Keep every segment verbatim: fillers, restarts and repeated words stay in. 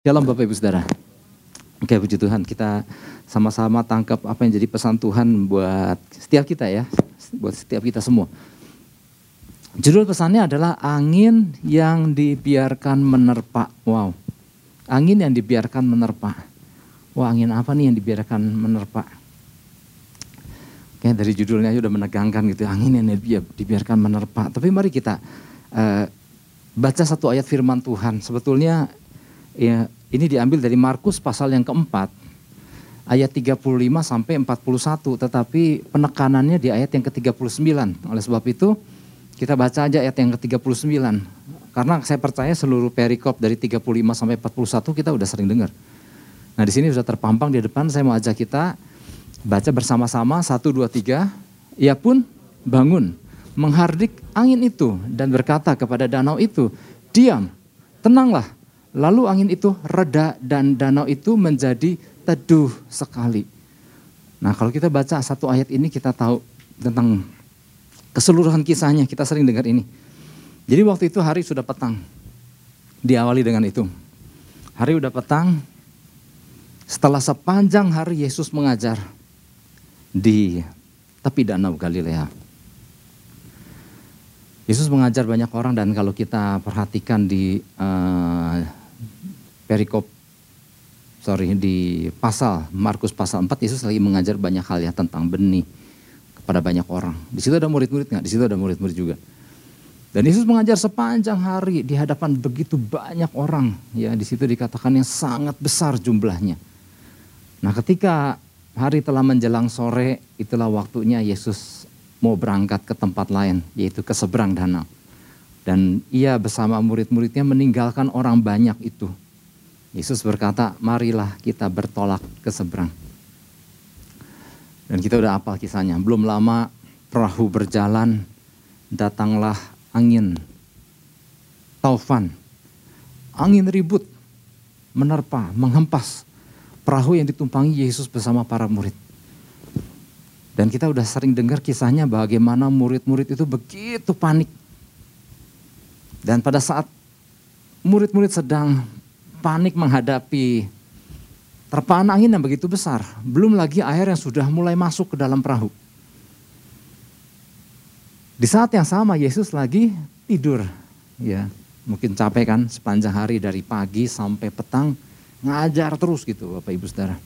Shalom Bapak Ibu Saudara. Oke, puji Tuhan, kita sama-sama tangkap apa yang jadi pesan Tuhan buat setiap kita ya, buat setiap kita semua. Judul pesannya adalah angin yang dibiarkan menerpa. Wow, angin yang dibiarkan menerpa. Wah, angin apa nih yang dibiarkan menerpa? Oke, dari judulnya aja udah menegangkan gitu, angin yang dibiarkan menerpa. Tapi mari kita uh, baca satu ayat firman Tuhan. Sebetulnya ya, ini diambil dari Markus pasal yang keempat, ayat tiga puluh lima sampai empat puluh satu, tetapi penekanannya di ayat yang ke tiga puluh sembilan. Oleh sebab itu, kita baca aja ayat yang ke tiga puluh sembilan. Karena saya percaya seluruh perikop dari tiga puluh lima sampai empat puluh satu kita udah sering dengar. Nah, di sini sudah terpampang di depan, saya mau ajak kita baca bersama-sama, satu, dua, tiga. Ia pun bangun, menghardik angin itu dan berkata kepada danau itu, diam, tenanglah. Lalu angin itu reda dan danau itu menjadi teduh sekali. Nah, kalau kita baca satu ayat ini kita tahu tentang keseluruhan kisahnya, kita sering dengar ini. Jadi waktu itu hari sudah petang, diawali dengan itu. Hari udah petang, setelah sepanjang hari Yesus mengajar di tepi danau Galilea. Yesus mengajar banyak orang, dan kalau kita perhatikan di uh, perikop, sorry di pasal Markus pasal empat, Yesus lagi mengajar banyak hal ya tentang benih kepada banyak orang. Di situ ada murid-murid nggak? Di situ ada murid-murid juga. Dan Yesus mengajar sepanjang hari di hadapan begitu banyak orang. Ya, di situ dikatakan yang sangat besar jumlahnya. Nah, ketika hari telah menjelang sore, itulah waktunya Yesus mau berangkat ke tempat lain, yaitu ke seberang danau. Dan ia bersama murid-muridnya meninggalkan orang banyak itu. Yesus berkata, marilah kita bertolak ke seberang. Dan kita udah hafal kisahnya. Belum lama perahu berjalan, datanglah angin taufan. Angin ribut, menerpa, menghempas perahu yang ditumpangi Yesus bersama para murid. Dan kita udah sering dengar kisahnya bagaimana murid-murid itu begitu panik. Dan pada saat murid-murid sedang panik menghadapi terpaan angin yang begitu besar, belum lagi air yang sudah mulai masuk ke dalam perahu. Di saat yang sama Yesus lagi tidur, ya mungkin capek kan sepanjang hari dari pagi sampai petang ngajar terus gitu Bapak Ibu Saudara.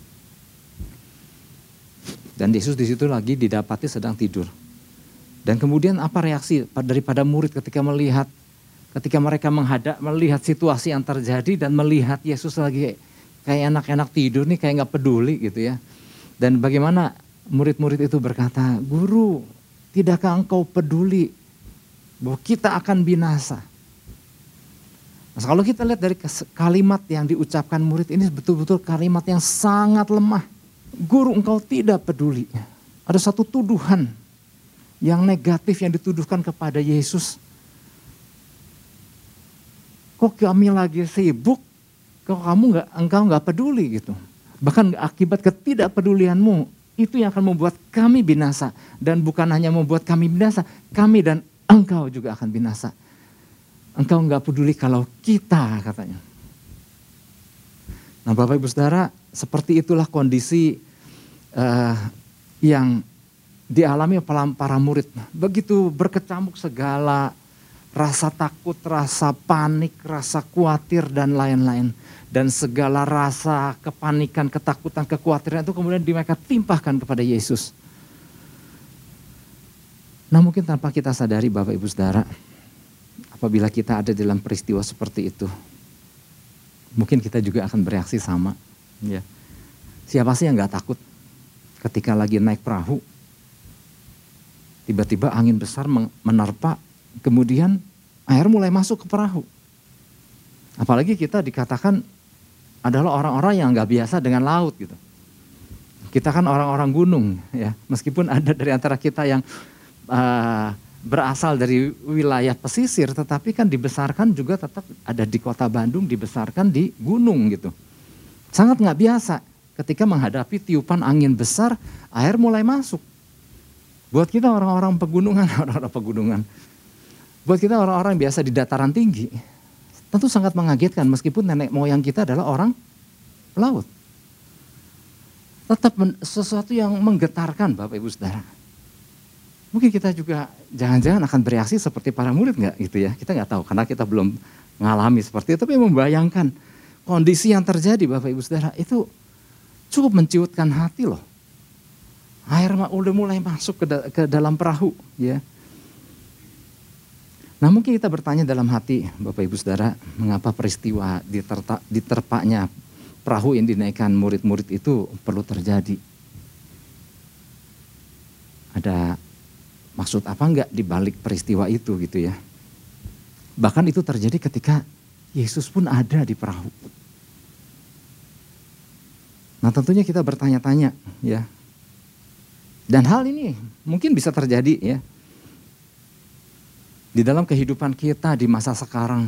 Dan Yesus di situ lagi didapati sedang tidur. Dan kemudian apa reaksi daripada murid ketika melihat, ketika mereka menghadap, melihat situasi yang terjadi dan melihat Yesus lagi kayak enak-enak tidur nih, kayak gak peduli gitu ya. Dan bagaimana murid-murid itu berkata, Guru, tidakkah engkau peduli bahwa kita akan binasa? Nah, kalau kita lihat dari kalimat yang diucapkan murid ini betul-betul kalimat yang sangat lemah. Guru, engkau tidak peduli. Ada satu tuduhan yang negatif yang dituduhkan kepada Yesus. Kok kami lagi sibuk, kok kamu nggak, engkau nggak peduli gitu. Bahkan akibat ketidakpedulianmu itu yang akan membuat kami binasa. Dan bukan hanya membuat kami binasa, kami dan engkau juga akan binasa. Engkau nggak peduli kalau kita, katanya. Nah, Bapak Ibu Saudara, seperti itulah kondisi uh, yang dialami para murid. Begitu berkecamuk segala rasa takut, rasa panik, rasa khawatir dan lain-lain. Dan segala rasa kepanikan, ketakutan, kekhawatiran itu kemudian mereka timpahkan kepada Yesus. Nah, mungkin tanpa kita sadari Bapak Ibu Saudara, apabila kita ada dalam peristiwa seperti itu, mungkin kita juga akan bereaksi sama. Ya. Siapa sih yang gak takut ketika lagi naik perahu, tiba-tiba angin besar menerpa, kemudian air mulai masuk ke perahu. Apalagi kita dikatakan adalah orang-orang yang gak biasa dengan laut gitu. Kita kan orang-orang gunung ya, meskipun ada dari antara kita yang uh, berasal dari wilayah pesisir, tetapi kan dibesarkan juga tetap ada di kota Bandung, dibesarkan di gunung gitu. Sangat gak biasa ketika menghadapi tiupan angin besar, air mulai masuk. Buat kita orang-orang pegunungan, orang-orang pegunungan. Buat kita orang-orang biasa di dataran tinggi, Tentu sangat mengagetkan meskipun nenek moyang kita adalah orang laut. Tetap men, sesuatu yang menggetarkan Bapak Ibu Saudara. Mungkin kita juga jangan-jangan akan bereaksi seperti para murid nggak gitu ya. Kita nggak tahu karena kita belum mengalami seperti itu. Tapi membayangkan kondisi yang terjadi Bapak Ibu Saudara itu cukup menciutkan hati loh. Air udah mulai masuk ke, da, ke dalam perahu ya. Nah mungkin kita bertanya dalam hati Bapak Ibu Saudara, mengapa peristiwa diterta, diterpaknya perahu yang dinaikkan murid-murid itu perlu terjadi? Ada maksud apa enggak di balik peristiwa itu gitu ya. Bahkan itu terjadi ketika Yesus pun ada di perahu. Nah tentunya kita bertanya-tanya ya. Dan hal ini mungkin bisa terjadi ya. Di dalam kehidupan kita di masa sekarang.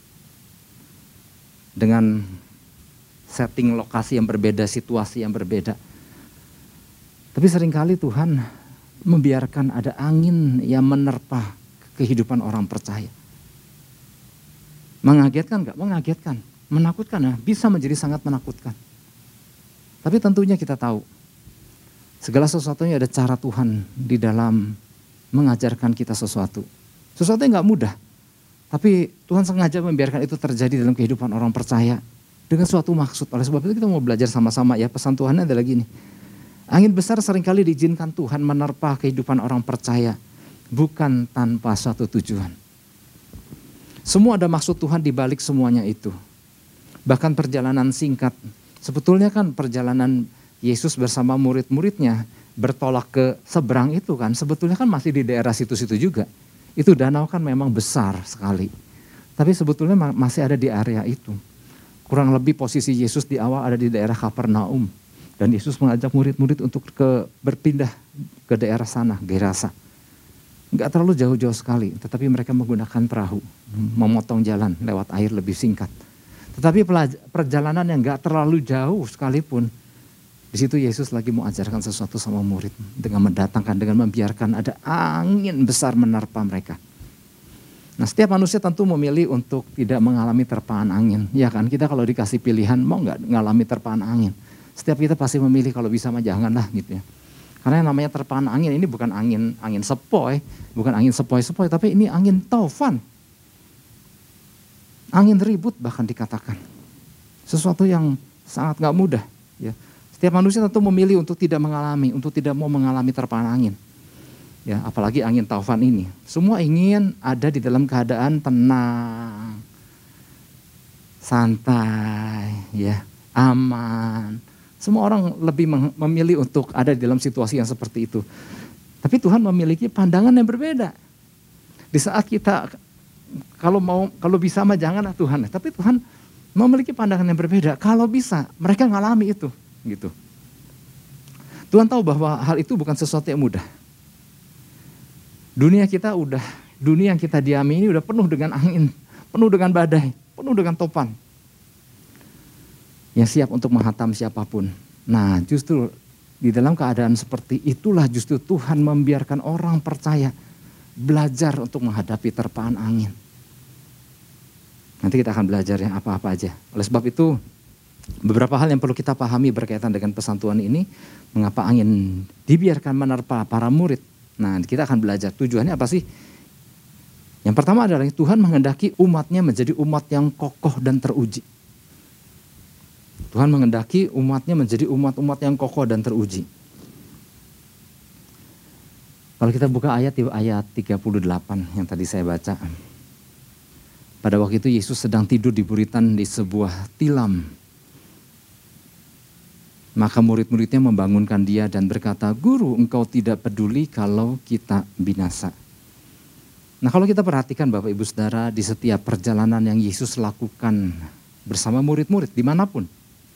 Dengan setting lokasi yang berbeda, situasi yang berbeda. Tapi seringkali Tuhan membiarkan ada angin yang menerpa kehidupan orang percaya. Mengagetkan enggak? Mengagetkan. Menakutkan ya? Bisa menjadi sangat menakutkan. Tapi tentunya kita tahu, segala sesuatunya ada cara Tuhan di dalam mengajarkan kita sesuatu. Sesuatu yang enggak mudah. Tapi Tuhan sengaja membiarkan itu terjadi dalam kehidupan orang percaya. Dengan suatu maksud. Oleh sebab itu kita mau belajar sama-sama ya. Pesan Tuhannya adalah gini. Angin besar seringkali diizinkan Tuhan menerpa kehidupan orang percaya. Bukan tanpa suatu tujuan. Semua ada maksud Tuhan di balik semuanya itu. Bahkan perjalanan singkat. Sebetulnya kan perjalanan Yesus bersama murid-muridnya bertolak ke seberang itu kan. Sebetulnya kan masih di daerah situ-situ juga. Itu danau kan memang besar sekali. Tapi sebetulnya masih ada di area itu. Kurang lebih posisi Yesus di awal ada di daerah Kapernaum. Dan Yesus mengajak murid-murid untuk ke, berpindah ke daerah sana, Gerasa. Enggak terlalu jauh-jauh sekali, tetapi mereka menggunakan perahu. Memotong jalan lewat air lebih singkat. Tetapi perjalanan yang enggak terlalu jauh sekalipun. Di situ Yesus lagi mau ajarkan sesuatu sama murid. Dengan mendatangkan, dengan membiarkan ada angin besar menerpa mereka. Nah setiap manusia tentu memilih untuk tidak mengalami terpaan angin. Ya kan, kita kalau dikasih pilihan mau nggak mengalami terpaan angin. Setiap kita pasti memilih kalau bisa mah janganlah gitu ya. Karena yang namanya terpaan angin ini bukan angin angin sepoi, bukan angin sepoi-sepoi, tapi ini angin taufan. Angin ribut bahkan dikatakan. Sesuatu yang sangat nggak mudah. Ya. Setiap manusia tentu memilih untuk tidak mengalami, untuk tidak mau mengalami terpaan angin. Ya, apalagi angin taufan ini. Semua ingin ada di dalam keadaan tenang, santai, ya, aman. Semua orang lebih memilih untuk ada di dalam situasi yang seperti itu. Tapi Tuhan memiliki pandangan yang berbeda. Di saat kita kalau mau kalau bisa mah janganlah Tuhan. Tapi Tuhan memiliki pandangan yang berbeda. Kalau bisa, mereka ngalami itu, gitu. Tuhan tahu bahwa hal itu bukan sesuatu yang mudah. Dunia kita udah, dunia yang kita diami ini udah penuh dengan angin, penuh dengan badai, penuh dengan topan. Yang siap untuk menghantam siapapun. Nah justru di dalam keadaan seperti itulah justru Tuhan membiarkan orang percaya belajar untuk menghadapi terpaan angin. Nanti kita akan belajar ya apa-apa aja. Oleh sebab itu beberapa hal yang perlu kita pahami berkaitan dengan pesan Tuhan ini. Mengapa angin dibiarkan menerpa para murid. Nah kita akan belajar tujuannya apa sih. Yang pertama adalah Tuhan menghendaki umatnya menjadi umat yang kokoh dan teruji. Tuhan menghendaki umatnya menjadi umat-umat yang kokoh dan teruji. Kalau kita buka ayat di ayat tiga puluh delapan yang tadi saya baca. Pada waktu itu Yesus sedang tidur di buritan di sebuah tilam. Maka murid-muridnya membangunkan dia dan berkata, "Guru, engkau tidak peduli kalau kita binasa." Nah kalau kita perhatikan Bapak Ibu Saudara di setiap perjalanan yang Yesus lakukan bersama murid-murid dimanapun.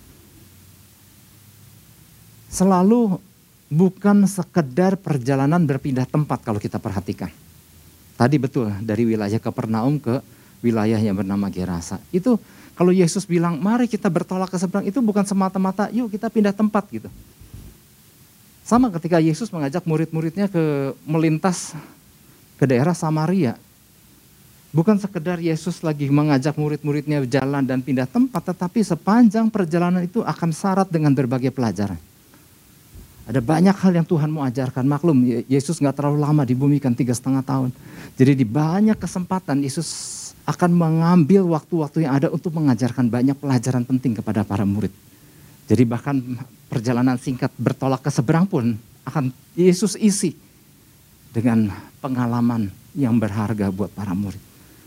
Selalu bukan sekedar perjalanan berpindah tempat kalau kita perhatikan. Tadi betul dari wilayah Kapernaum ke wilayah yang bernama Gerasa. Itu kalau Yesus bilang mari kita bertolak ke seberang itu bukan semata-mata yuk kita pindah tempat gitu. Sama ketika Yesus mengajak murid-muridnya ke melintas ke daerah Samaria. Bukan sekedar Yesus lagi mengajak murid-muridnya jalan dan pindah tempat, tetapi sepanjang perjalanan itu akan syarat dengan berbagai pelajaran. Ada banyak hal yang Tuhan mau ajarkan. Maklum, Yesus gak terlalu lama di bumi kan, tiga setengah tahun. Jadi di banyak kesempatan Yesus akan mengambil waktu-waktu yang ada untuk mengajarkan banyak pelajaran penting kepada para murid. Jadi bahkan perjalanan singkat bertolak ke seberang pun akan Yesus isi dengan pengalaman yang berharga buat para murid.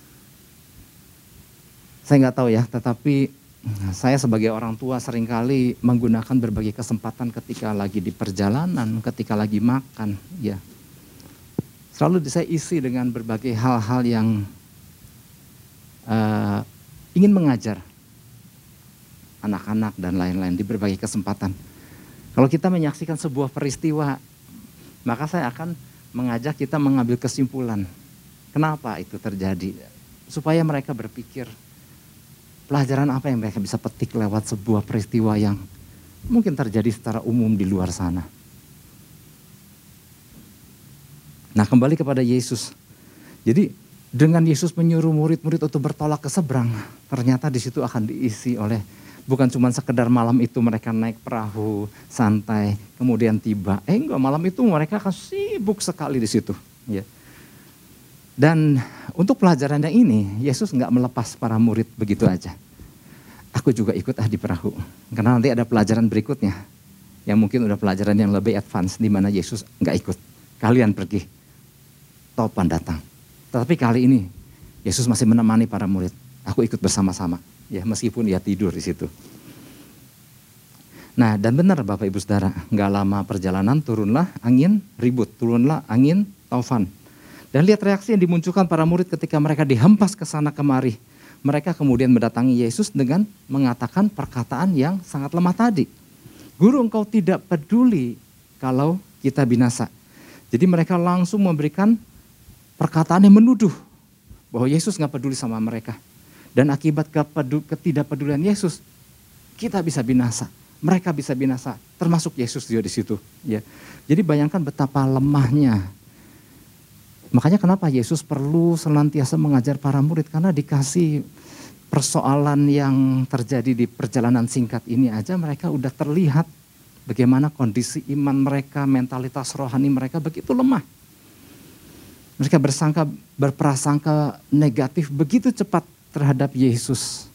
Saya nggak tahu ya, tetapi saya sebagai orang tua seringkali menggunakan berbagai kesempatan ketika lagi di perjalanan, ketika lagi makan, ya. Selalu saya isi dengan berbagai hal-hal yang uh, ingin mengajar anak-anak dan lain-lain di berbagai kesempatan. Kalau kita menyaksikan sebuah peristiwa, maka saya akan mengajak kita mengambil kesimpulan. Kenapa itu terjadi? Supaya mereka berpikir, pelajaran apa yang mereka bisa petik lewat sebuah peristiwa yang mungkin terjadi secara umum di luar sana. Nah, kembali kepada Yesus. Jadi dengan Yesus menyuruh murid-murid untuk bertolak ke seberang, ternyata di situ akan diisi oleh bukan cuma sekedar malam itu mereka naik perahu, santai, kemudian tiba. Eh enggak, malam itu mereka akan sibuk sekali di situ. Ya. Dan untuk pelajaran yang ini, Yesus enggak melepas para murid begitu aja. Aku juga ikut ah di perahu. Karena nanti ada pelajaran berikutnya. Yang mungkin udah pelajaran yang lebih advance, di mana Yesus enggak ikut. Kalian pergi, topan datang. Tetapi kali ini, Yesus masih menemani para murid. Aku ikut bersama-sama. Ya, meskipun ia tidur di situ. Nah, dan benar Bapak Ibu Saudara, nggak lama perjalanan turunlah angin ribut, turunlah angin taufan. Dan lihat reaksi yang dimunculkan para murid ketika mereka dihempas ke sana kemari. Mereka kemudian mendatangi Yesus dengan mengatakan perkataan yang sangat lemah tadi. Guru, engkau tidak peduli kalau kita binasa. Jadi mereka langsung memberikan perkataan yang menuduh bahwa Yesus nggak peduli sama mereka. Dan akibat ketidakpedulian Yesus, kita bisa binasa. Mereka bisa binasa, termasuk Yesus juga di situ. Ya. Jadi bayangkan betapa lemahnya. Makanya kenapa Yesus perlu senantiasa mengajar para murid, karena dikasih persoalan yang terjadi di perjalanan singkat ini aja mereka udah terlihat bagaimana kondisi iman mereka, mentalitas rohani mereka begitu lemah. Mereka bersangka, berprasangka negatif begitu cepat terhadap Yesus.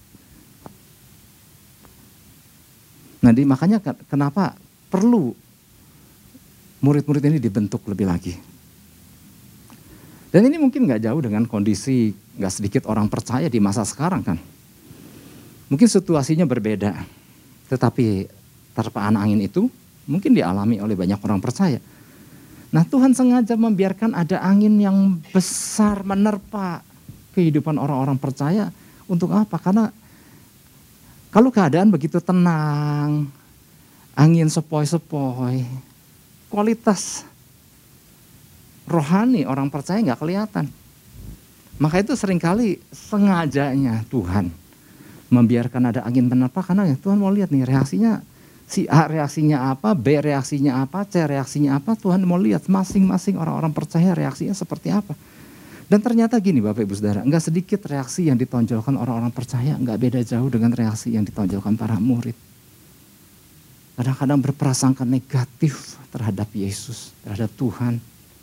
Nah, di, makanya kenapa perlu murid-murid ini dibentuk lebih lagi. Dan ini mungkin gak jauh dengan kondisi gak sedikit orang percaya di masa sekarang kan. Mungkin situasinya berbeda, tetapi terpaan angin itu mungkin dialami oleh banyak orang percaya. Nah, Tuhan sengaja membiarkan ada angin yang besar menerpa kehidupan orang-orang percaya. Untuk apa? Karena kalau keadaan begitu tenang, angin sepoi-sepoi, kualitas rohani orang percaya nggak kelihatan. Maka itu seringkali sengajanya Tuhan membiarkan ada angin menerpa, karena ya Tuhan mau lihat nih reaksinya, si A reaksinya apa, B reaksinya apa, C reaksinya apa. Tuhan mau lihat masing-masing orang-orang percaya reaksinya seperti apa. Dan ternyata gini Bapak Ibu Saudara, nggak sedikit reaksi yang ditonjolkan orang-orang percaya nggak beda jauh dengan reaksi yang ditonjolkan para murid. Kadang-kadang berprasangka negatif terhadap Yesus, terhadap Tuhan.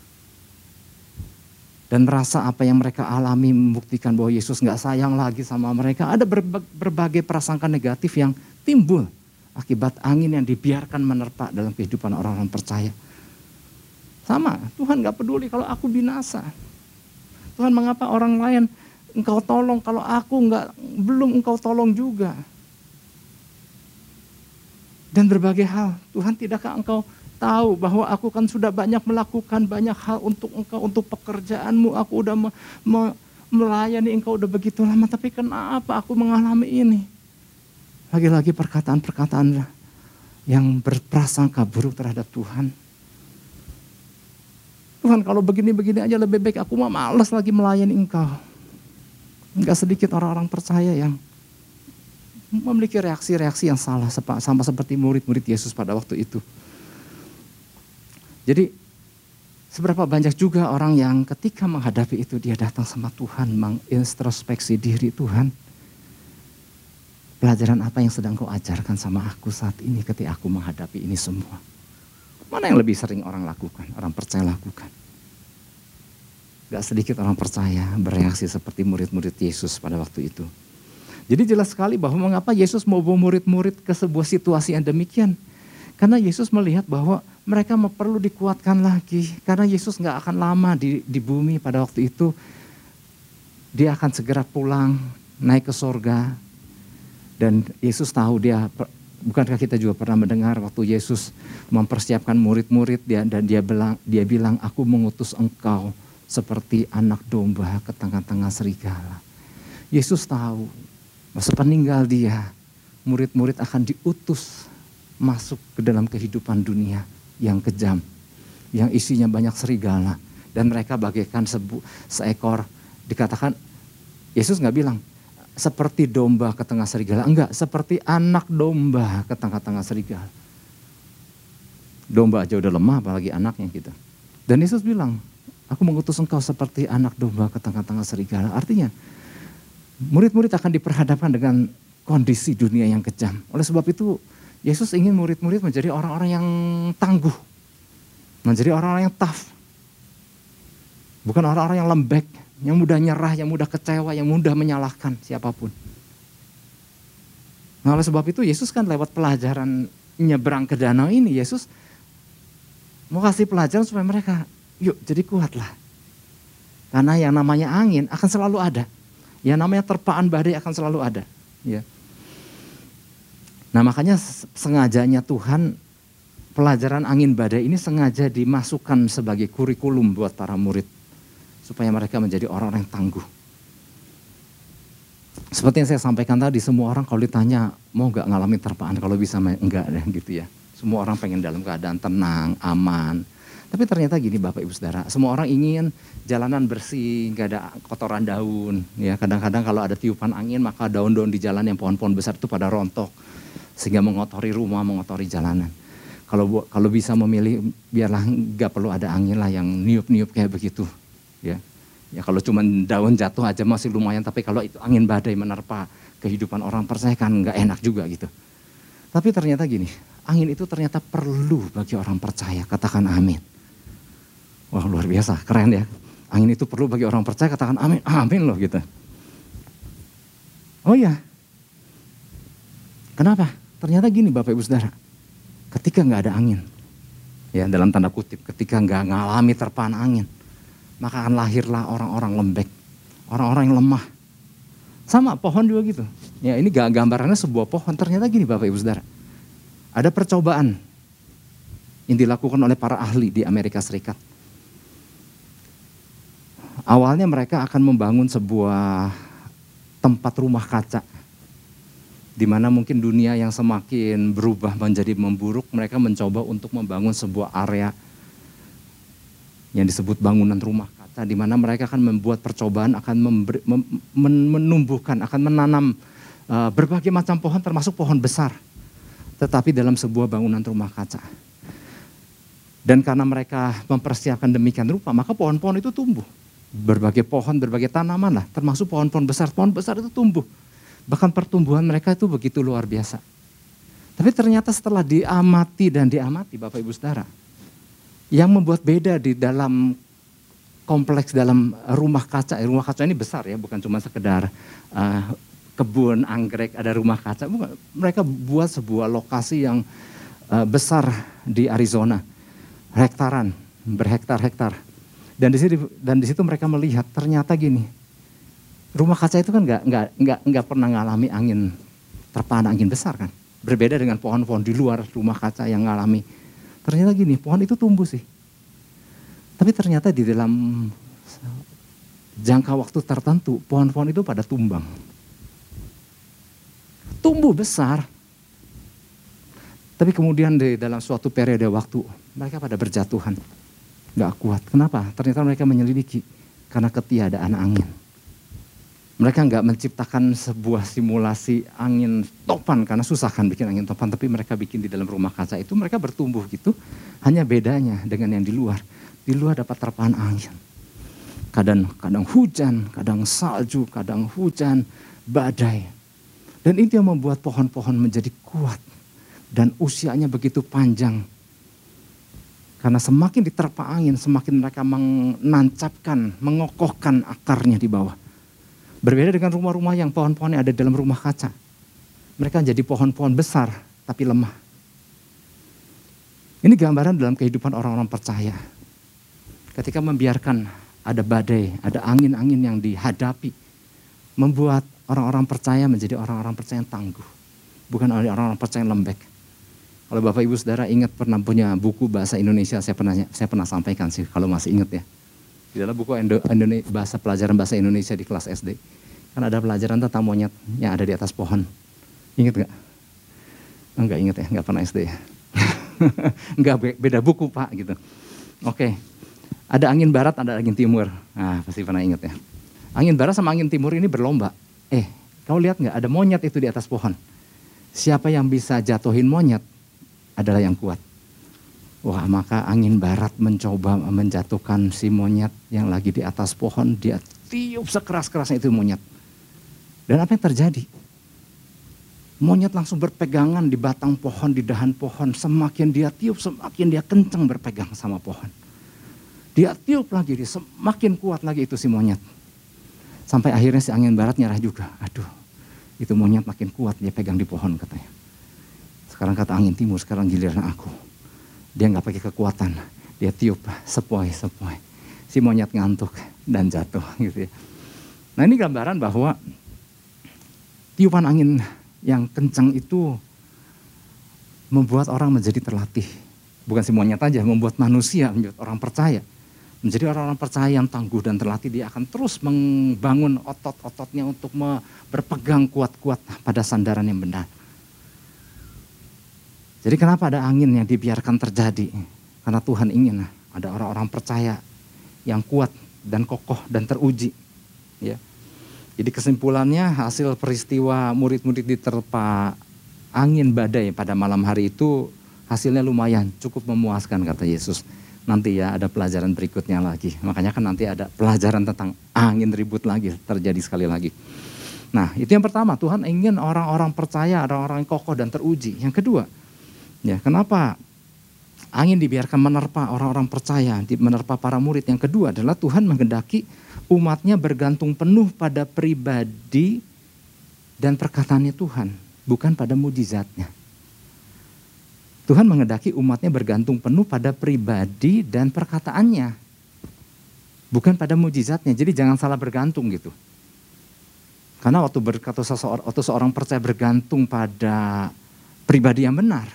Dan merasa apa yang mereka alami membuktikan bahwa Yesus nggak sayang lagi sama mereka. Ada berbagai prasangka negatif yang timbul akibat angin yang dibiarkan menerpa dalam kehidupan orang-orang percaya. Sama, Tuhan nggak peduli kalau aku binasa. Tuhan, mengapa orang lain engkau tolong kalau aku nggak, belum engkau tolong juga. Dan berbagai hal, Tuhan tidakkah engkau tahu bahwa aku kan sudah banyak melakukan banyak hal untuk engkau, untuk pekerjaanmu, aku udah me, me, melayani engkau udah begitu lama, tapi kenapa aku mengalami ini? Lagi-lagi perkataan-perkataan yang berprasangka buruk terhadap Tuhan. Tuhan, kalau begini-begini aja lebih baik, aku mah malas lagi melayani engkau. Enggak sedikit orang-orang percaya yang memiliki reaksi-reaksi yang salah, sama seperti murid-murid Yesus pada waktu itu. Jadi Seberapa banyak juga orang yang ketika menghadapi itu dia datang sama Tuhan, mengintrospeksi diri, Tuhan, pelajaran apa yang sedang kau ajarkan sama aku saat ini ketika aku menghadapi ini semua. Mana yang lebih sering orang lakukan, orang percaya lakukan. Gak sedikit orang percaya bereaksi seperti murid-murid Yesus pada waktu itu. Jadi jelas sekali bahwa mengapa Yesus mau bawa murid-murid ke sebuah situasi yang demikian. Karena Yesus melihat bahwa mereka perlu dikuatkan lagi. Karena Yesus gak akan lama di, di bumi pada waktu itu. Dia akan segera pulang, naik ke sorga. Dan Yesus tahu dia, bukankah kita juga pernah mendengar waktu Yesus mempersiapkan murid-murid dia, dan dia bilang, dia bilang, aku mengutus engkau seperti anak domba ke tengah-tengah serigala. Yesus tahu, sepeninggal dia, murid-murid akan diutus masuk ke dalam kehidupan dunia yang kejam, yang isinya banyak serigala, dan mereka bagaikan sebu, seekor, dikatakan, Yesus gak bilang, seperti domba ke tengah serigala, enggak, seperti anak domba ke tengah-tengah serigala. Domba aja udah lemah, apalagi anaknya gitu. Dan Yesus bilang, aku mengutus engkau seperti anak domba ke tengah-tengah serigala. Artinya, murid-murid akan diperhadapkan dengan kondisi dunia yang kejam. Oleh sebab itu, Yesus ingin murid-murid menjadi orang-orang yang tangguh. Menjadi orang-orang yang tough. Bukan orang-orang yang lembek, yang mudah nyerah, yang mudah kecewa, yang mudah menyalahkan siapapun. Nah, oleh sebab itu Yesus kan lewat pelajaran nyebrang ke danau ini, Yesus mau kasih pelajaran supaya mereka, yuk jadi kuatlah. Karena yang namanya angin akan selalu ada. Yang namanya terpaan badai akan selalu ada. Ya. Nah makanya sengajanya Tuhan pelajaran angin badai ini sengaja dimasukkan sebagai kurikulum buat para murid. Supaya mereka menjadi orang-orang yang tangguh. Seperti yang saya sampaikan tadi, semua orang kalau ditanya mau gak ngalamin terpaan, kalau bisa enggak deh gitu ya. Semua orang pengen dalam keadaan tenang, aman. Tapi ternyata gini Bapak Ibu Saudara, semua orang ingin jalanan bersih, gak ada kotoran daun. Ya, kadang-kadang kalau ada tiupan angin maka daun-daun di jalan yang pohon-pohon besar itu pada rontok. Sehingga mengotori rumah, mengotori jalanan. Kalau kalau bisa memilih biarlah gak perlu ada angin lah yang niup-niup kayak begitu. Ya, ya kalau cuma daun jatuh aja masih lumayan, tapi kalau itu angin badai menerpa kehidupan orang percaya kan nggak enak juga gitu. Tapi ternyata gini, angin itu ternyata perlu bagi orang percaya, katakan amin. Wah luar biasa, keren ya. Angin itu perlu bagi orang percaya, katakan amin, amin loh gitu. Oh iya, kenapa? Ternyata gini Bapak Ibu Saudara, ketika nggak ada angin, ya dalam tanda kutip, ketika nggak ngalami terpaan angin, maka akan lahirlah orang-orang lembek, orang-orang yang lemah. Sama pohon juga gitu. Ya ini gambarannya sebuah pohon. Ternyata gini Bapak Ibu Saudara. Ada percobaan yang dilakukan oleh para ahli di Amerika Serikat. Awalnya mereka akan membangun sebuah tempat rumah kaca. Di mana mungkin dunia yang semakin berubah menjadi memburuk, mereka mencoba untuk membangun sebuah area yang disebut bangunan rumah kaca, di mana mereka akan membuat percobaan, akan memberi, mem, menumbuhkan, akan menanam uh, berbagai macam pohon, termasuk pohon besar, tetapi dalam sebuah bangunan rumah kaca. Dan karena mereka mempersiapkan demikian rupa, maka pohon-pohon itu tumbuh. Berbagai pohon, berbagai tanaman lah, termasuk pohon-pohon besar. Pohon besar itu tumbuh. Bahkan pertumbuhan mereka itu begitu luar biasa. Tapi ternyata setelah diamati dan diamati Bapak Ibu Saudara, yang membuat beda di dalam kompleks dalam rumah kaca, rumah kaca ini besar ya, bukan cuma sekedar uh, kebun anggrek ada rumah kaca, bukan. Mereka buat sebuah lokasi yang uh, besar di Arizona, hektaran, berhektar-hektar. Dan di situ dan di situ mereka melihat ternyata gini, rumah kaca itu kan nggak nggak nggak nggak pernah ngalami angin terpaan angin besar kan, berbeda dengan pohon-pohon di luar rumah kaca yang ngalami. Ternyata gini, pohon itu tumbuh sih. Tapi ternyata di dalam jangka waktu tertentu, pohon-pohon itu pada tumbang. Tumbuh besar. Tapi kemudian di dalam suatu periode waktu, mereka pada berjatuhan. Gak kuat. Kenapa? Ternyata mereka menyelidiki. Karena ketiadaan angin. Mereka nggak menciptakan sebuah simulasi angin topan, karena susah kan bikin angin topan, tapi mereka bikin di dalam rumah kaca itu, mereka bertumbuh gitu. Hanya bedanya dengan yang di luar. Di luar dapat terpaan angin. Kadang, kadang hujan, kadang salju, kadang hujan, badai. Dan itu yang membuat pohon-pohon menjadi kuat. Dan usianya begitu panjang. Karena semakin diterpa angin, semakin mereka menancapkan, mengokohkan akarnya di bawah. Berbeda dengan rumah-rumah yang pohon-pohonnya ada dalam rumah kaca. Mereka jadi pohon-pohon besar, tapi lemah. Ini gambaran dalam kehidupan orang-orang percaya. Ketika membiarkan ada badai, ada angin-angin yang dihadapi. Membuat orang-orang percaya menjadi orang-orang percaya yang tangguh. Bukan orang-orang percaya yang lembek. Kalau Bapak Ibu Saudara ingat pernah punya buku bahasa Indonesia, saya pernah saya pernah sampaikan sih kalau masih ingat ya. Di dalam buku Indo, Indonesia, bahasa pelajaran bahasa Indonesia di kelas S D. Kan ada pelajaran tentang monyet yang ada di atas pohon. Ingat gak? Enggak ingat ya, enggak pernah S D ya. Enggak, beda buku Pak gitu. Oke, ada angin barat, ada angin timur. Nah pasti pernah ingat ya. Angin barat sama angin timur ini berlomba. Eh, kau lihat gak ada monyet itu di atas pohon. Siapa yang bisa jatuhin monyet adalah yang kuat. Wah, maka angin barat mencoba menjatuhkan si monyet yang lagi di atas pohon. Dia tiup sekeras-kerasnya itu monyet. Dan apa yang terjadi? Monyet langsung berpegangan di batang pohon, di dahan pohon. Semakin dia tiup, semakin dia kencang berpegang sama pohon. Dia tiup lagi, dia semakin kuat lagi itu si monyet. Sampai akhirnya si angin barat nyerah juga. Aduh, itu monyet makin kuat, dia pegang di pohon katanya. Sekarang kata angin timur, sekarang giliran aku. Dia nggak pakai kekuatan, dia tiup sepoi-sepoi. Si monyet ngantuk dan jatuh gitu ya. Nah ini gambaran bahwa tiupan angin yang kencang itu membuat orang menjadi terlatih. Bukan si monyet aja, membuat manusia, membuat orang percaya. Menjadi orang-orang percaya yang tangguh dan terlatih, dia akan terus membangun otot-ototnya untuk berpegang kuat-kuat pada sandaran yang benar. Jadi kenapa ada angin yang dibiarkan terjadi? Karena Tuhan ingin ada orang-orang percaya yang kuat dan kokoh dan teruji. Ya. Jadi kesimpulannya hasil peristiwa murid-murid diterpa angin badai pada malam hari itu hasilnya lumayan, cukup memuaskan kata Yesus. Nanti ya ada pelajaran berikutnya lagi. Makanya kan nanti ada pelajaran tentang angin ribut lagi, terjadi sekali lagi. Nah itu yang pertama, Tuhan ingin orang-orang percaya, orang-orang yang kokoh dan teruji. Yang kedua, ya, kenapa angin dibiarkan menerpa orang-orang percaya, menerpa para murid? Yang kedua adalah Tuhan menghendaki umatnya bergantung penuh pada pribadi dan perkataannya Tuhan, bukan pada mujizatnya. Tuhan menghendaki umatnya bergantung penuh pada pribadi dan perkataannya, bukan pada mujizatnya. Jadi jangan salah bergantung gitu. Karena waktu berkata seseorang, waktu seorang percaya bergantung pada pribadi yang benar,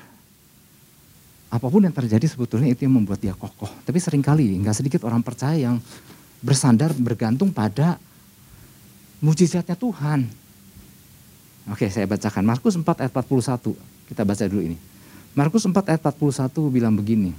apapun yang terjadi sebetulnya itu yang membuat dia kokoh. Tapi seringkali nggak sedikit orang percaya yang bersandar bergantung pada mujizatnya Tuhan. Oke, saya bacakan Markus empat ayat empat puluh satu. Kita baca dulu ini. Markus empat ayat empat puluh satu bilang begini.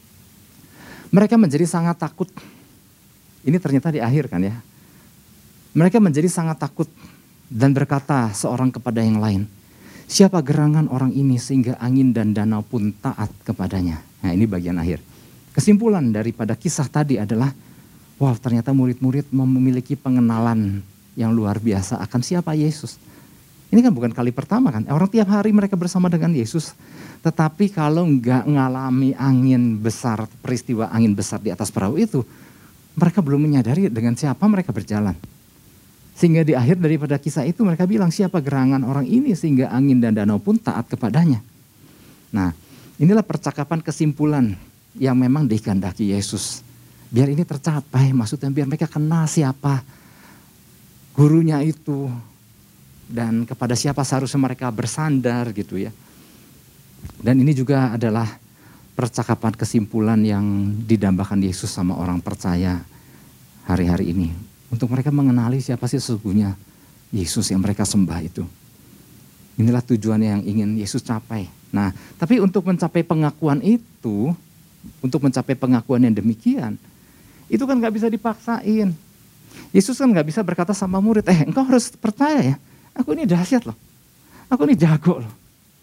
Mereka menjadi sangat takut. Ini ternyata di akhir kan ya. Mereka menjadi sangat takut dan berkata seorang kepada yang lain, siapa gerangan orang ini sehingga angin dan danau pun taat kepadanya. Nah ini bagian akhir. Kesimpulan daripada kisah tadi adalah, wow ternyata murid-murid memiliki pengenalan yang luar biasa akan siapa Yesus. Ini kan bukan kali pertama kan, orang tiap hari mereka bersama dengan Yesus. Tetapi kalau nggak ngalami angin besar, peristiwa angin besar di atas perahu itu, mereka belum menyadari dengan siapa mereka berjalan. Sehingga di akhir daripada kisah itu mereka bilang siapa gerangan orang ini sehingga angin dan danau pun taat kepadanya. Nah inilah percakapan kesimpulan yang memang dikehendaki Yesus. Biar ini tercapai, maksudnya biar mereka kenal siapa gurunya itu. Dan kepada siapa seharusnya mereka bersandar gitu ya. Dan ini juga adalah percakapan kesimpulan yang didambakan Yesus sama orang percaya hari-hari ini. Untuk mereka mengenali siapa sih sesungguhnya Yesus yang mereka sembah itu. Inilah tujuan yang ingin Yesus capai. Nah, tapi untuk mencapai pengakuan itu, untuk mencapai pengakuan yang demikian, itu kan gak bisa dipaksain. Yesus kan nggak bisa berkata sama murid, eh engkau harus percaya ya, aku ini dahsyat loh, aku ini jago loh.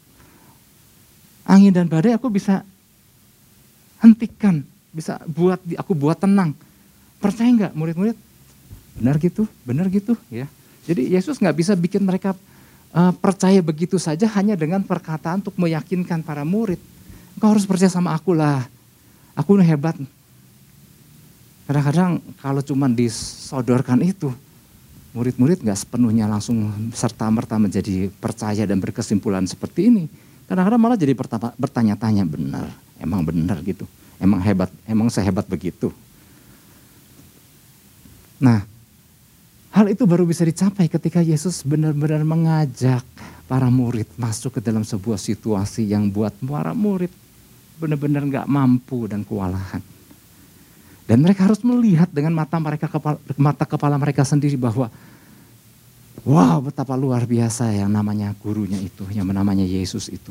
Angin dan badai aku bisa hentikan, bisa buat aku buat tenang. Percaya nggak murid-murid? Benar gitu, benar gitu ya. Jadi Yesus nggak bisa bikin mereka uh, percaya begitu saja hanya dengan perkataan untuk meyakinkan para murid. Engkau harus percaya sama aku lah, aku ini hebat. Kadang-kadang kalau cuma disodorkan itu, murid-murid nggak sepenuhnya langsung serta-merta menjadi percaya dan berkesimpulan seperti ini. Kadang-kadang malah jadi bertanya-tanya, benar, emang benar gitu, emang hebat, emang sehebat begitu. Nah, hal itu baru bisa dicapai ketika Yesus benar-benar mengajak para murid masuk ke dalam sebuah situasi yang buat para murid benar-benar nggak mampu dan kewalahan. Dan mereka harus melihat dengan mata mereka kepala, mata kepala mereka sendiri bahwa wow, betapa luar biasa yang namanya gurunya itu, yang namanya Yesus itu.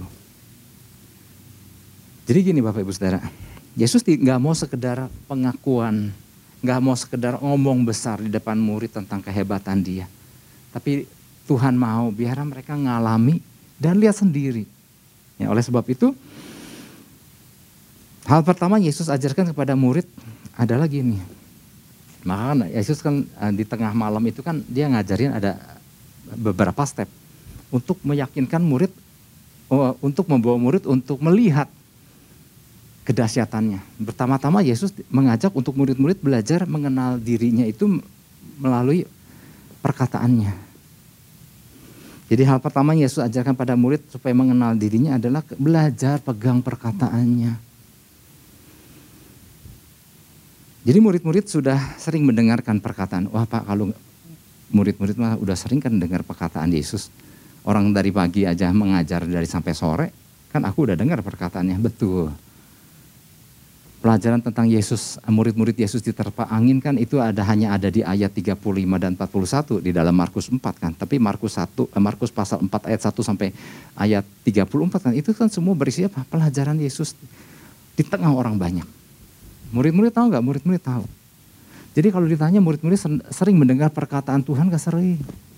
Jadi gini Bapak Ibu Saudara, Yesus nggak mau sekedar pengakuan, nggak mau sekedar ngomong besar di depan murid tentang kehebatan dia. Tapi Tuhan mau biar mereka ngalami dan lihat sendiri. Ya, oleh sebab itu, hal pertama Yesus ajarkan kepada murid adalah gini. Maka kan Yesus kan di tengah malam itu kan dia ngajarin ada beberapa step untuk meyakinkan murid, untuk membawa murid untuk melihat kedahsyatannya. Pertama-tama Yesus mengajak untuk murid-murid belajar mengenal dirinya itu melalui perkataannya. Jadi hal pertama Yesus ajarkan pada murid supaya mengenal dirinya adalah belajar pegang perkataannya. Jadi murid-murid sudah sering mendengarkan perkataan, wah Pak kalau murid-murid mah udah sering kan dengar perkataan Yesus. Orang dari pagi aja mengajar dari sampai sore, kan aku udah dengar perkataannya, betul. Pelajaran tentang Yesus, murid-murid Yesus diterpa angin kan itu ada hanya ada di ayat tiga puluh lima dan empat puluh satu di dalam Markus empat kan. Tapi Markus satu, Markus pasal empat ayat satu sampai ayat tiga puluh empat kan itu kan semua berisi apa? Pelajaran Yesus di tengah orang banyak. Murid-murid tahu nggak? Murid-murid tahu. Jadi kalau ditanya murid-murid sering mendengar perkataan Tuhan gak sering?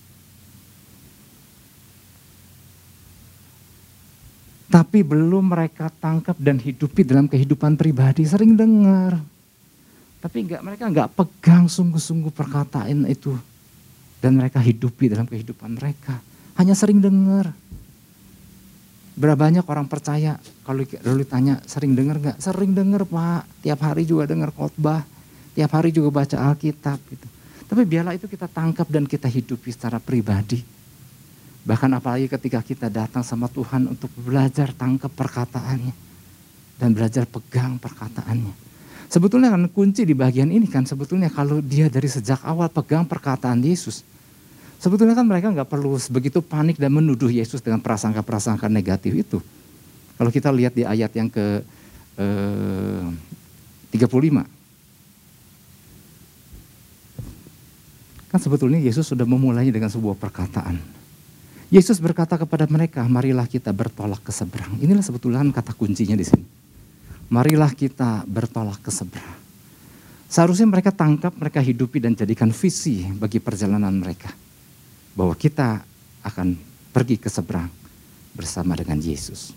Tapi belum mereka tangkap dan hidupi dalam kehidupan pribadi, sering dengar. Tapi enggak, mereka enggak pegang sungguh-sungguh perkataan itu. Dan mereka hidupi dalam kehidupan mereka. Hanya sering dengar. Berapa banyak orang percaya, kalau ditanya sering dengar enggak? Sering dengar Pak, tiap hari juga dengar khotbah. Tiap hari juga baca Alkitab gitu. Tapi biarlah itu kita tangkap dan kita hidupi secara pribadi. Bahkan apalagi ketika kita datang sama Tuhan untuk belajar tangkap perkataannya. Dan belajar pegang perkataannya. Sebetulnya kan kunci di bagian ini kan sebetulnya kalau dia dari sejak awal pegang perkataan Yesus. Sebetulnya kan mereka gak perlu begitu panik dan menuduh Yesus dengan prasangka-prasangka negatif itu. Kalau kita lihat di ayat yang ke eh, tiga puluh lima. Kan sebetulnya Yesus sudah memulainya dengan sebuah perkataan. Yesus berkata kepada mereka, marilah kita bertolak ke seberang. Inilah sebetulnya kata kuncinya di sini. Marilah kita bertolak ke seberang. Seharusnya mereka tangkap, mereka hidupi dan jadikan visi bagi perjalanan mereka. Bahwa kita akan pergi ke seberang bersama dengan Yesus.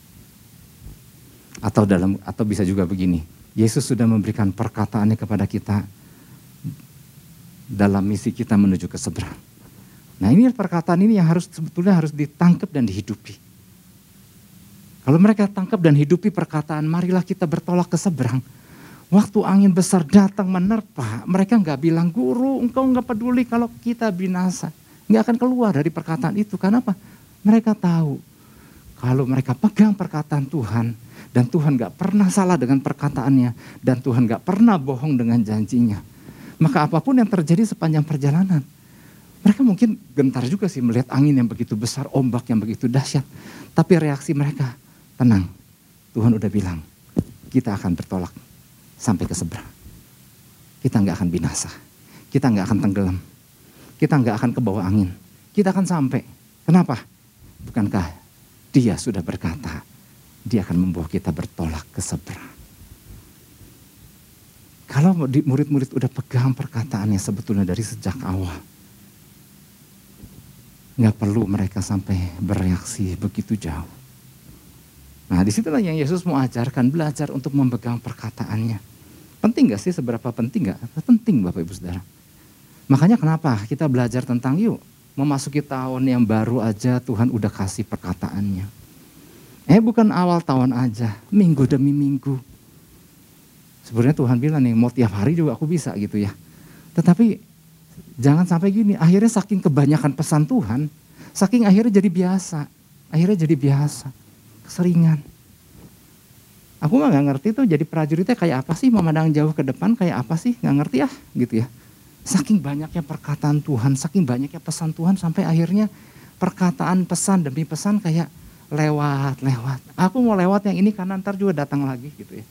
Atau dalam atau bisa juga begini, Yesus sudah memberikan perkataannya kepada kita dalam misi kita menuju ke seberang. Nah ini perkataan ini yang harus sebetulnya harus ditangkap dan dihidupi. Kalau mereka tangkap dan hidupi perkataan marilah kita bertolak ke seberang. Waktu angin besar datang menerpa, mereka nggak bilang guru engkau nggak peduli kalau kita binasa. Nggak akan keluar dari perkataan itu. Kenapa? Mereka tahu kalau mereka pegang perkataan Tuhan dan Tuhan nggak pernah salah dengan perkataannya dan Tuhan nggak pernah bohong dengan janjinya. Maka apapun yang terjadi sepanjang perjalanan, mereka mungkin gentar juga sih melihat angin yang begitu besar, ombak yang begitu dahsyat. Tapi reaksi mereka, tenang. Tuhan udah bilang, kita akan bertolak sampai ke seberang. Kita nggak akan binasa. Kita nggak akan tenggelam. Kita nggak akan ke bawah angin. Kita akan sampai. Kenapa? Bukankah Dia sudah berkata, Dia akan membawa kita bertolak ke seberang. Kalau murid-murid udah pegang perkataannya sebetulnya dari sejak awal, nggak perlu mereka sampai bereaksi begitu jauh. Nah disitulah yang Yesus mau ajarkan, belajar untuk memegang perkataannya. Penting gak sih, seberapa penting gak? Penting Bapak Ibu Saudara. Makanya kenapa kita belajar tentang yuk, memasuki tahun yang baru aja Tuhan udah kasih perkataannya. Eh bukan awal tahun aja, minggu demi minggu. Sebenarnya Tuhan bilang nih, mau tiap hari juga aku bisa gitu ya. Tetapi jangan sampai gini, akhirnya saking kebanyakan pesan Tuhan, saking akhirnya jadi biasa. Akhirnya jadi biasa, keseringan. Aku mah gak ngerti tuh jadi prajuritnya kayak apa sih, memandang jauh ke depan kayak apa sih, gak ngerti ya gitu ya. Saking banyaknya perkataan Tuhan, saking banyaknya pesan Tuhan sampai akhirnya perkataan pesan demi pesan kayak lewat, lewat. Aku mau lewat yang ini karena ntar juga datang lagi gitu ya.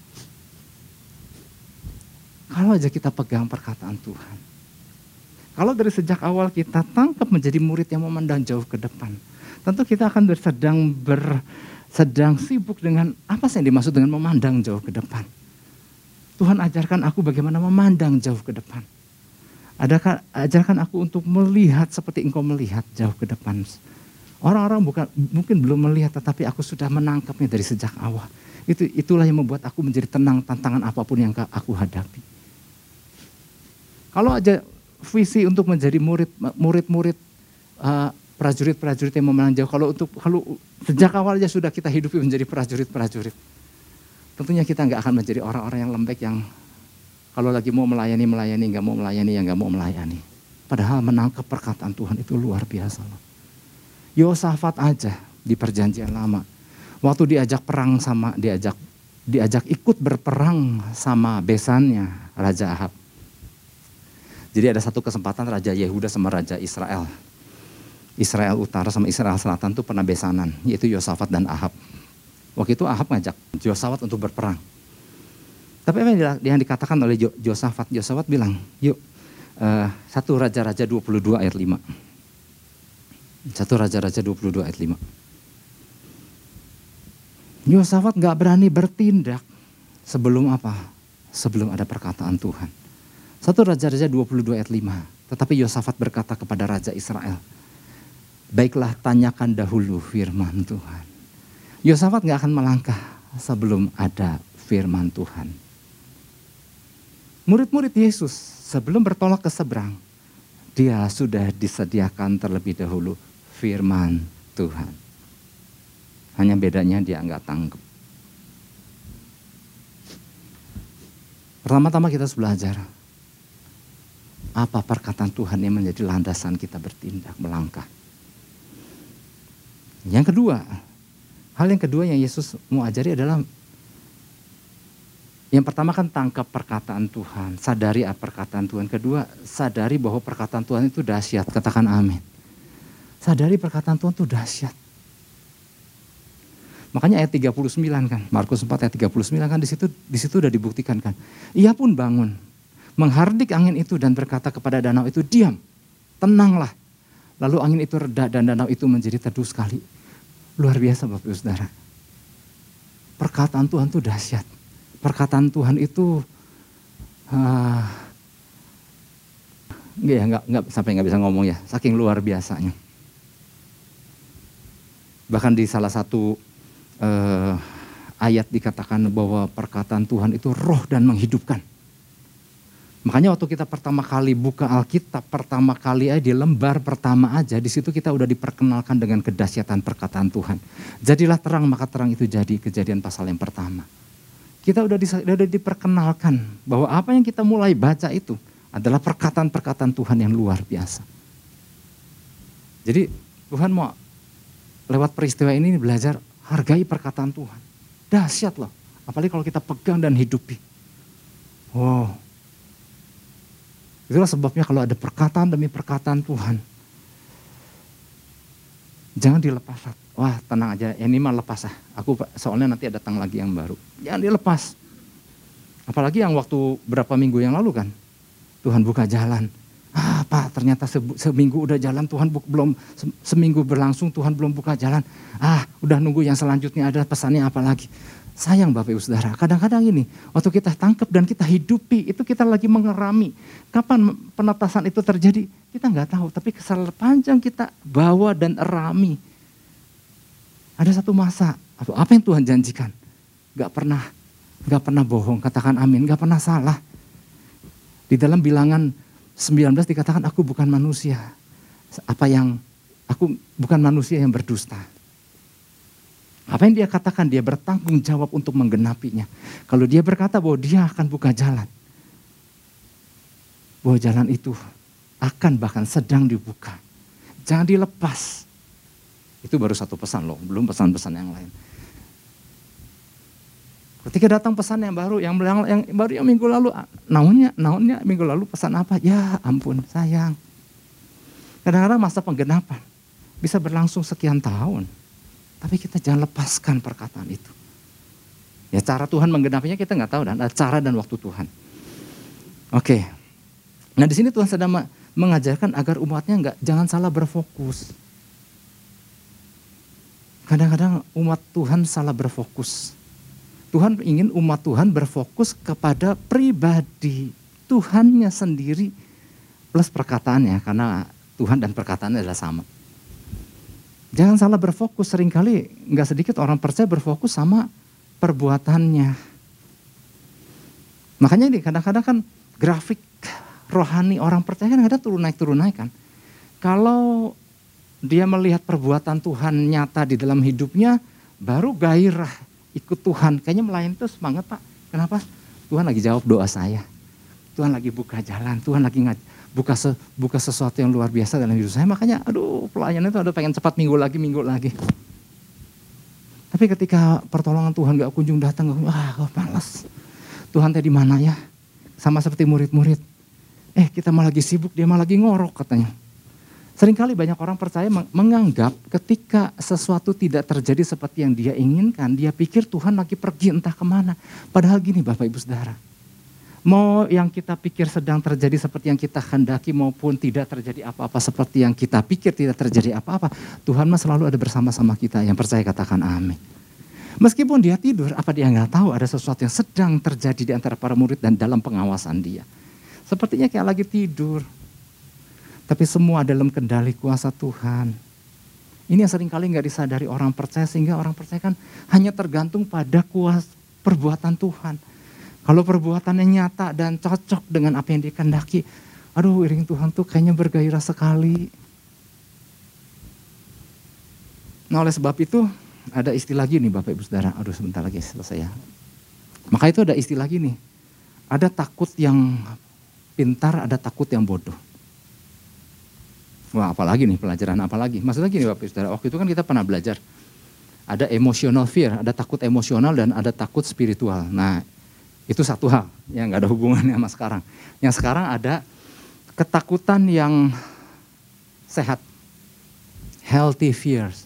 Kalau aja kita pegang perkataan Tuhan. Kalau dari sejak awal kita tangkap menjadi murid yang memandang jauh ke depan. Tentu kita akan sedang ber, sedang sibuk dengan apa sih yang dimaksud dengan memandang jauh ke depan. Tuhan ajarkan aku bagaimana memandang jauh ke depan. Adakah, ajarkan aku untuk melihat seperti engkau melihat jauh ke depan. Orang-orang bukan mungkin belum melihat, tetapi aku sudah menangkapnya dari sejak awal. Itu itulah yang membuat aku menjadi tenang tantangan apapun yang aku hadapi. Kalau aja visi untuk menjadi murid, murid-murid uh, prajurit-prajurit yang memandang jauh. Kalau untuk kalau sejak awal aja sudah kita hidupi menjadi prajurit-prajurit, tentunya kita nggak akan menjadi orang-orang yang lembek yang kalau lagi mau melayani melayani, nggak mau melayani yang nggak mau melayani. Padahal menangkap perkataan Tuhan itu luar biasa loh. Yosafat aja di Perjanjian Lama, waktu diajak perang sama diajak diajak ikut berperang sama besannya Raja Ahab. Jadi ada satu kesempatan Raja Yehuda sama Raja Israel. Israel Utara sama Israel Selatan tuh pernah besanan, yaitu Yosafat dan Ahab. Waktu itu Ahab ngajak Yosafat untuk berperang. Tapi apa yang dikatakan oleh Yosafat? Yosafat bilang, yuk uh, satu Raja-Raja dua puluh dua ayat lima. Satu Raja-Raja dua puluh dua ayat lima. Yosafat gak berani bertindak sebelum apa? Sebelum ada perkataan Tuhan. Satu Raja-Raja dua puluh dua ayat lima. Tetapi Yosafat berkata kepada Raja Israel, baiklah tanyakan dahulu firman Tuhan. Yosafat gak akan melangkah sebelum ada firman Tuhan. Murid-murid Yesus sebelum bertolak ke seberang, dia sudah disediakan terlebih dahulu firman Tuhan. Hanya bedanya dia nggak tangkap. Pertama-tama kita harus belajar apa perkataan Tuhan yang menjadi landasan kita bertindak, melangkah. Yang kedua, hal yang kedua yang Yesus mau ajari adalah yang pertama kan tangkap perkataan Tuhan, sadari perkataan Tuhan. Kedua, sadari bahwa perkataan Tuhan itu dahsyat, katakan amin. Sadari perkataan Tuhan itu dahsyat. Makanya ayat tiga puluh sembilan kan, Markus empat ayat tiga puluh sembilan kan di situ di situ udah dibuktikan kan. Ia pun bangun, menghardik angin itu dan berkata kepada danau itu, diam, tenanglah. Lalu angin itu reda dan danau itu menjadi teduh sekali. Luar biasa Bapak Ibu Saudara. Perkataan Tuhan itu dahsyat. Perkataan Tuhan itu uh, ya, nggak, nggak, sampai nggak bisa ngomong ya, saking luar biasanya. Bahkan di salah satu uh, ayat dikatakan bahwa perkataan Tuhan itu roh dan menghidupkan. Makanya waktu kita pertama kali buka Alkitab, pertama kali aja di lembar pertama aja, di situ kita udah diperkenalkan dengan kedahsyatan perkataan Tuhan. Jadilah terang, maka terang itu jadi, Kejadian pasal yang pertama. Kita udah, di, udah diperkenalkan bahwa apa yang kita mulai baca itu adalah perkataan-perkataan Tuhan yang luar biasa. Jadi Tuhan mau lewat peristiwa ini belajar hargai perkataan Tuhan. Dahsyat loh, apalagi kalau kita pegang dan hidupi. Wow. Itulah sebabnya kalau ada perkataan demi perkataan Tuhan, jangan dilepas. Wah tenang aja, ini mah lepas ah. Aku soalnya nanti datang lagi yang baru. Jangan dilepas. Apalagi yang waktu berapa minggu yang lalu kan, Tuhan buka jalan. Ah Pak, ternyata se seminggu udah jalan Tuhan bu belum se seminggu berlangsung Tuhan belum buka jalan. Ah udah nunggu yang selanjutnya ada pesannya apa lagi. Sayang Bapak Ibu Saudara, kadang-kadang ini waktu kita tangkap dan kita hidupi, itu kita lagi mengerami. Kapan penetasan itu terjadi? Kita nggak tahu, tapi sepanjang kita bawa dan erami. Ada satu masa, apa yang Tuhan janjikan? Gak pernah, gak pernah bohong, katakan amin, gak pernah salah. Di dalam bilangan sembilan belas dikatakan aku bukan manusia. Apa yang, aku bukan manusia yang berdusta. Apa yang dia katakan, dia bertanggung jawab untuk menggenapinya. Kalau dia berkata bahwa dia akan buka jalan, bahwa jalan itu akan bahkan sedang dibuka. Jangan dilepas. Itu baru satu pesan loh, belum pesan-pesan yang lain. Ketika datang pesan yang baru, yang, yang baru yang minggu lalu, naunnya, naunnya minggu lalu pesan apa? Ya ampun sayang. Kadang-kadang masa penggenapan bisa berlangsung sekian tahun. Tapi kita jangan lepaskan perkataan itu. Ya cara Tuhan menggenapinya kita nggak tahu, dan ada cara dan waktu Tuhan. Oke. Nah di sini Tuhan sedang mengajarkan agar umatnya nggak, jangan salah berfokus. Kadang-kadang umat Tuhan salah berfokus. Tuhan ingin umat Tuhan berfokus kepada pribadi Tuhannya sendiri plus perkataannya, karena Tuhan dan perkataannya adalah sama. Jangan salah berfokus, seringkali nggak sedikit orang percaya berfokus sama perbuatannya. Makanya ini kadang-kadang kan grafik rohani orang percaya kan ada turun naik turun naik kan. Kalau dia melihat perbuatan Tuhan nyata di dalam hidupnya, baru gairah ikut Tuhan. Kayaknya melayani itu semangat Pak. Kenapa? Tuhan lagi jawab doa saya. Tuhan lagi buka jalan, Tuhan lagi ngaj- buka se- buka sesuatu yang luar biasa dalam hidup saya. Makanya aduh pelayanan itu ada pengen cepat minggu lagi, minggu lagi. Tapi ketika pertolongan Tuhan gak kunjung datang, wah malas. Tuhan tadi mana ya? Sama seperti murid-murid. Eh kita malah lagi sibuk, dia malah lagi ngorok katanya. Seringkali banyak orang percaya menganggap ketika sesuatu tidak terjadi seperti yang dia inginkan, dia pikir Tuhan lagi pergi entah kemana. Padahal gini Bapak Ibu Saudara, mau yang kita pikir sedang terjadi seperti yang kita hendaki maupun tidak terjadi apa-apa seperti yang kita pikir tidak terjadi apa-apa, Tuhan mah selalu ada bersama-sama kita. Yang percaya katakan amin. Meskipun dia tidur, apa dia nggak tahu ada sesuatu yang sedang terjadi di antara para murid dan dalam pengawasan dia. Sepertinya kayak lagi tidur. Tapi semua dalam kendali kuasa Tuhan. Ini yang seringkali nggak disadari orang percaya, sehingga orang percaya kan hanya tergantung pada kuasa perbuatan Tuhan. Kalau perbuatannya nyata dan cocok dengan apa yang dikehendaki, aduh iring Tuhan tuh kayaknya bergairah sekali. Nah oleh sebab itu ada istilah gini Bapak Ibu Saudara, aduh sebentar lagi selesai ya. Maka itu ada istilah gini, ada takut yang pintar, ada takut yang bodoh. Wah apalagi nih pelajaran apalagi. Maksudnya gini Bapak Ibu Saudara, waktu itu kan kita pernah belajar. Ada emotional fear, ada takut emosional dan ada takut spiritual. Nah itu satu hal yang gak ada hubungannya sama sekarang. Yang sekarang ada ketakutan yang sehat, healthy fears.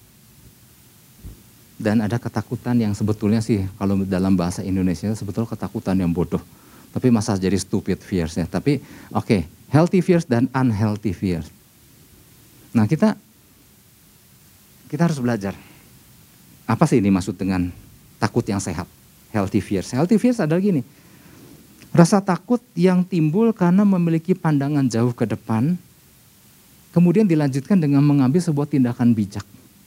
Dan ada ketakutan yang sebetulnya sih kalau dalam bahasa Indonesia sebetulnya ketakutan yang bodoh. Tapi masa jadi stupid fears ya. Tapi oke, okay, healthy fears dan unhealthy fears. Nah kita kita harus belajar. Apa sih ini maksud dengan takut yang sehat? Healthy fears. Healthy fears adalah gini. Rasa takut yang timbul karena memiliki pandangan jauh ke depan. Kemudian dilanjutkan dengan mengambil sebuah tindakan bijak.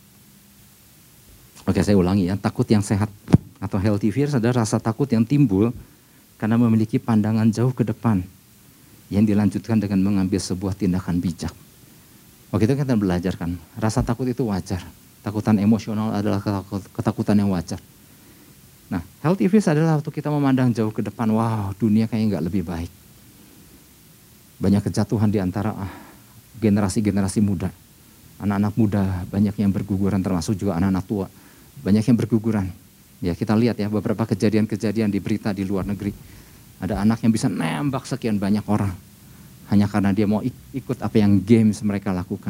Oke saya ulangi ya. Takut yang sehat atau healthy fears adalah rasa takut yang timbul karena memiliki pandangan jauh ke depan. Yang dilanjutkan dengan mengambil sebuah tindakan bijak. Oke itu kita belajar kan, rasa takut itu wajar. Takutan emosional adalah ketakutan yang wajar. Nah healthy fears adalah waktu kita memandang jauh ke depan, wow dunia kayaknya gak lebih baik. Banyak kejatuhan di antara ah, generasi-generasi muda. Anak-anak muda banyak yang berguguran, termasuk juga anak-anak tua. Banyak yang berguguran. Ya kita lihat ya beberapa kejadian-kejadian di berita di luar negeri. Ada anak yang bisa nembak sekian banyak orang. Hanya karena dia mau ikut apa yang games mereka lakukan.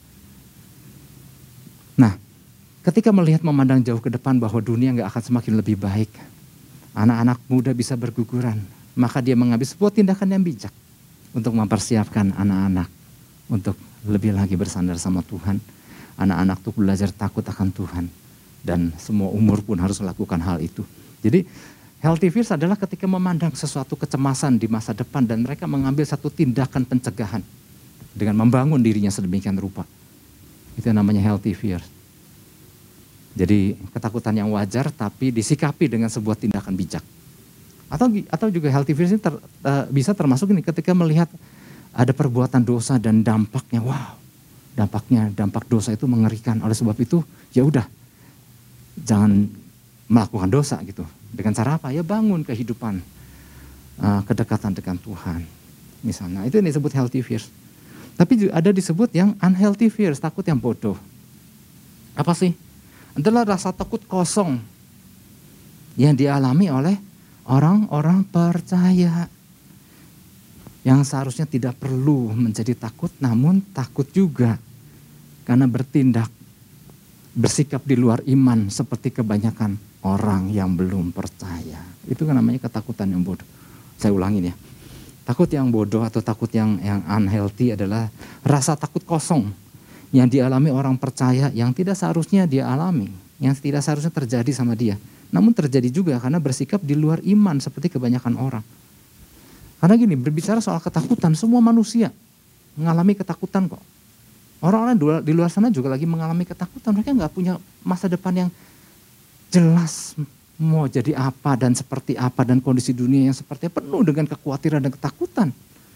Nah, ketika melihat memandang jauh ke depan bahwa dunia gak akan semakin lebih baik. Anak-anak muda bisa berguguran. Maka dia mengambil sebuah tindakan yang bijak. Untuk mempersiapkan anak-anak. Untuk lebih lagi bersandar sama Tuhan. Anak-anak tuh belajar takut akan Tuhan. Dan semua umur pun harus melakukan hal itu. Jadi healthy fears adalah ketika memandang sesuatu kecemasan di masa depan dan mereka mengambil satu tindakan pencegahan dengan membangun dirinya sedemikian rupa. Itu yang namanya healthy fears. Jadi ketakutan yang wajar tapi disikapi dengan sebuah tindakan bijak. Atau atau juga healthy fears ini ter, uh, bisa termasuk ini ketika melihat ada perbuatan dosa dan dampaknya, wow, dampaknya dampak dosa itu mengerikan. Oleh sebab itu, ya udah, jangan melakukan dosa gitu. Dengan cara apa? Ya bangun kehidupan, uh, kedekatan dengan Tuhan. Misalnya, itu yang disebut healthy fears. Tapi juga ada disebut yang unhealthy fears, takut yang bodoh. Apa sih? Adalah rasa takut kosong yang dialami oleh orang-orang percaya. Yang seharusnya tidak perlu menjadi takut, namun takut juga. Karena bertindak, bersikap di luar iman seperti kebanyakan orang yang belum percaya. Itu kan namanya ketakutan yang bodoh. Saya ulangin ya. Takut yang bodoh atau takut yang yang unhealthy adalah rasa takut kosong yang dialami orang percaya yang tidak seharusnya dia alami, yang tidak seharusnya terjadi sama dia. Namun terjadi juga karena bersikap di luar iman seperti kebanyakan orang. Karena gini, berbicara soal ketakutan, semua manusia mengalami ketakutan kok. Orang-orang di luar sana juga lagi mengalami ketakutan, mereka nggak punya masa depan yang jelas mau jadi apa dan seperti apa dan kondisi dunia yang seperti apa, penuh dengan kekhawatiran dan ketakutan.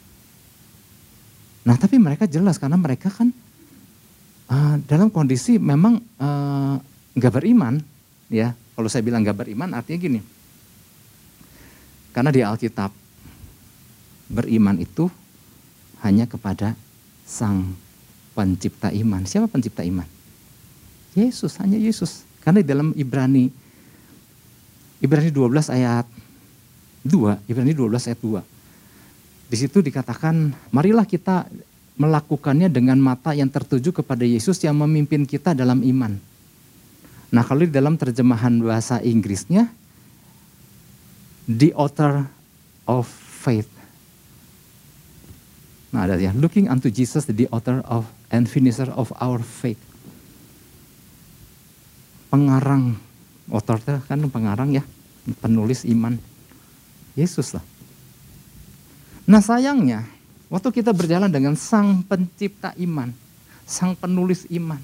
Nah tapi mereka jelas karena mereka kan uh, dalam kondisi memang nggak uh, beriman, ya. Kalau saya bilang nggak beriman artinya gini, karena di Alkitab beriman itu hanya kepada Sang Pencipta iman. Siapa pencipta iman? Yesus, hanya Yesus. Karena di dalam Ibrani Ibrani dua belas ayat dua, Ibrani dua belas ayat dua. Di situ dikatakan, marilah kita melakukannya dengan mata yang tertuju kepada Yesus yang memimpin kita dalam iman. Nah, kalau di dalam terjemahan bahasa Inggrisnya, the author of faith. Nah, ada ya, looking unto Jesus, the author of and finisher of our faith. Pengarang, author itu kan pengarang ya, penulis iman. Yesus lah. Nah sayangnya, waktu kita berjalan dengan Sang Pencipta iman, Sang Penulis iman.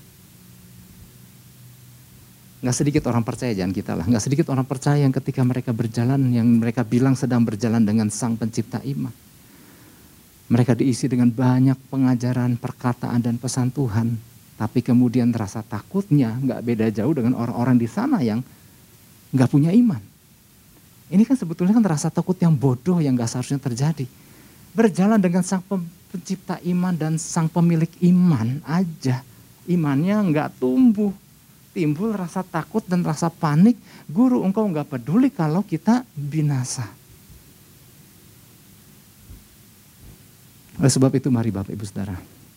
Gak sedikit orang percaya, jangan kita lah, gak sedikit orang percaya yang ketika mereka berjalan, yang mereka bilang sedang berjalan dengan Sang Pencipta iman. Mereka diisi dengan banyak pengajaran, perkataan dan pesan Tuhan. Tapi kemudian rasa takutnya gak beda jauh dengan orang-orang di sana yang gak punya iman. Ini kan sebetulnya kan rasa takut yang bodoh yang gak seharusnya terjadi. Berjalan dengan Sang Pencipta iman dan Sang Pemilik iman aja, imannya gak tumbuh. Timbul rasa takut dan rasa panik, guru engkau gak peduli kalau kita binasa. Oleh sebab itu mari Bapak Ibu Saudara,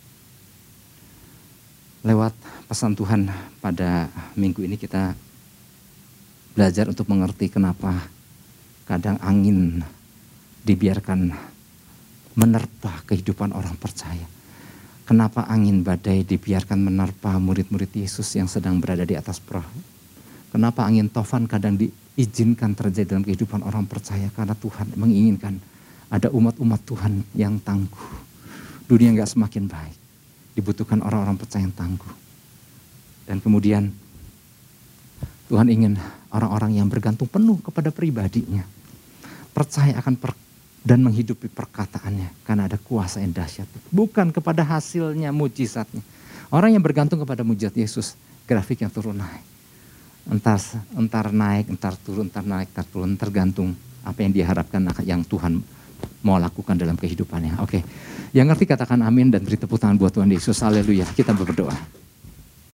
lewat pesan Tuhan pada minggu ini kita belajar untuk mengerti kenapa kadang angin dibiarkan menerpa kehidupan orang percaya. Kenapa angin badai dibiarkan menerpa murid-murid Yesus yang sedang berada di atas perahu. Kenapa angin tofan kadang diizinkan terjadi dalam kehidupan orang percaya. Karena Tuhan menginginkan ada umat-umat Tuhan yang tangguh. Dunia gak semakin baik. Dibutuhkan orang-orang percaya yang tangguh. Dan kemudian Tuhan ingin orang-orang yang bergantung penuh kepada pribadinya. Percaya akan per, dan menghidupi perkataannya. Karena ada kuasa yang dahsyat. Bukan kepada hasilnya, mujizatnya. Orang yang bergantung kepada mujizat Yesus, grafiknya turun naik. Entar, entar naik, entar turun, entar naik, entar turun. Tergantung apa yang diharapkan yang Tuhan mau lakukan dalam kehidupannya. Oke, yang ngerti katakan amin dan beri tepuk tangan buat Tuhan Yesus. Haleluya, kita berdoa.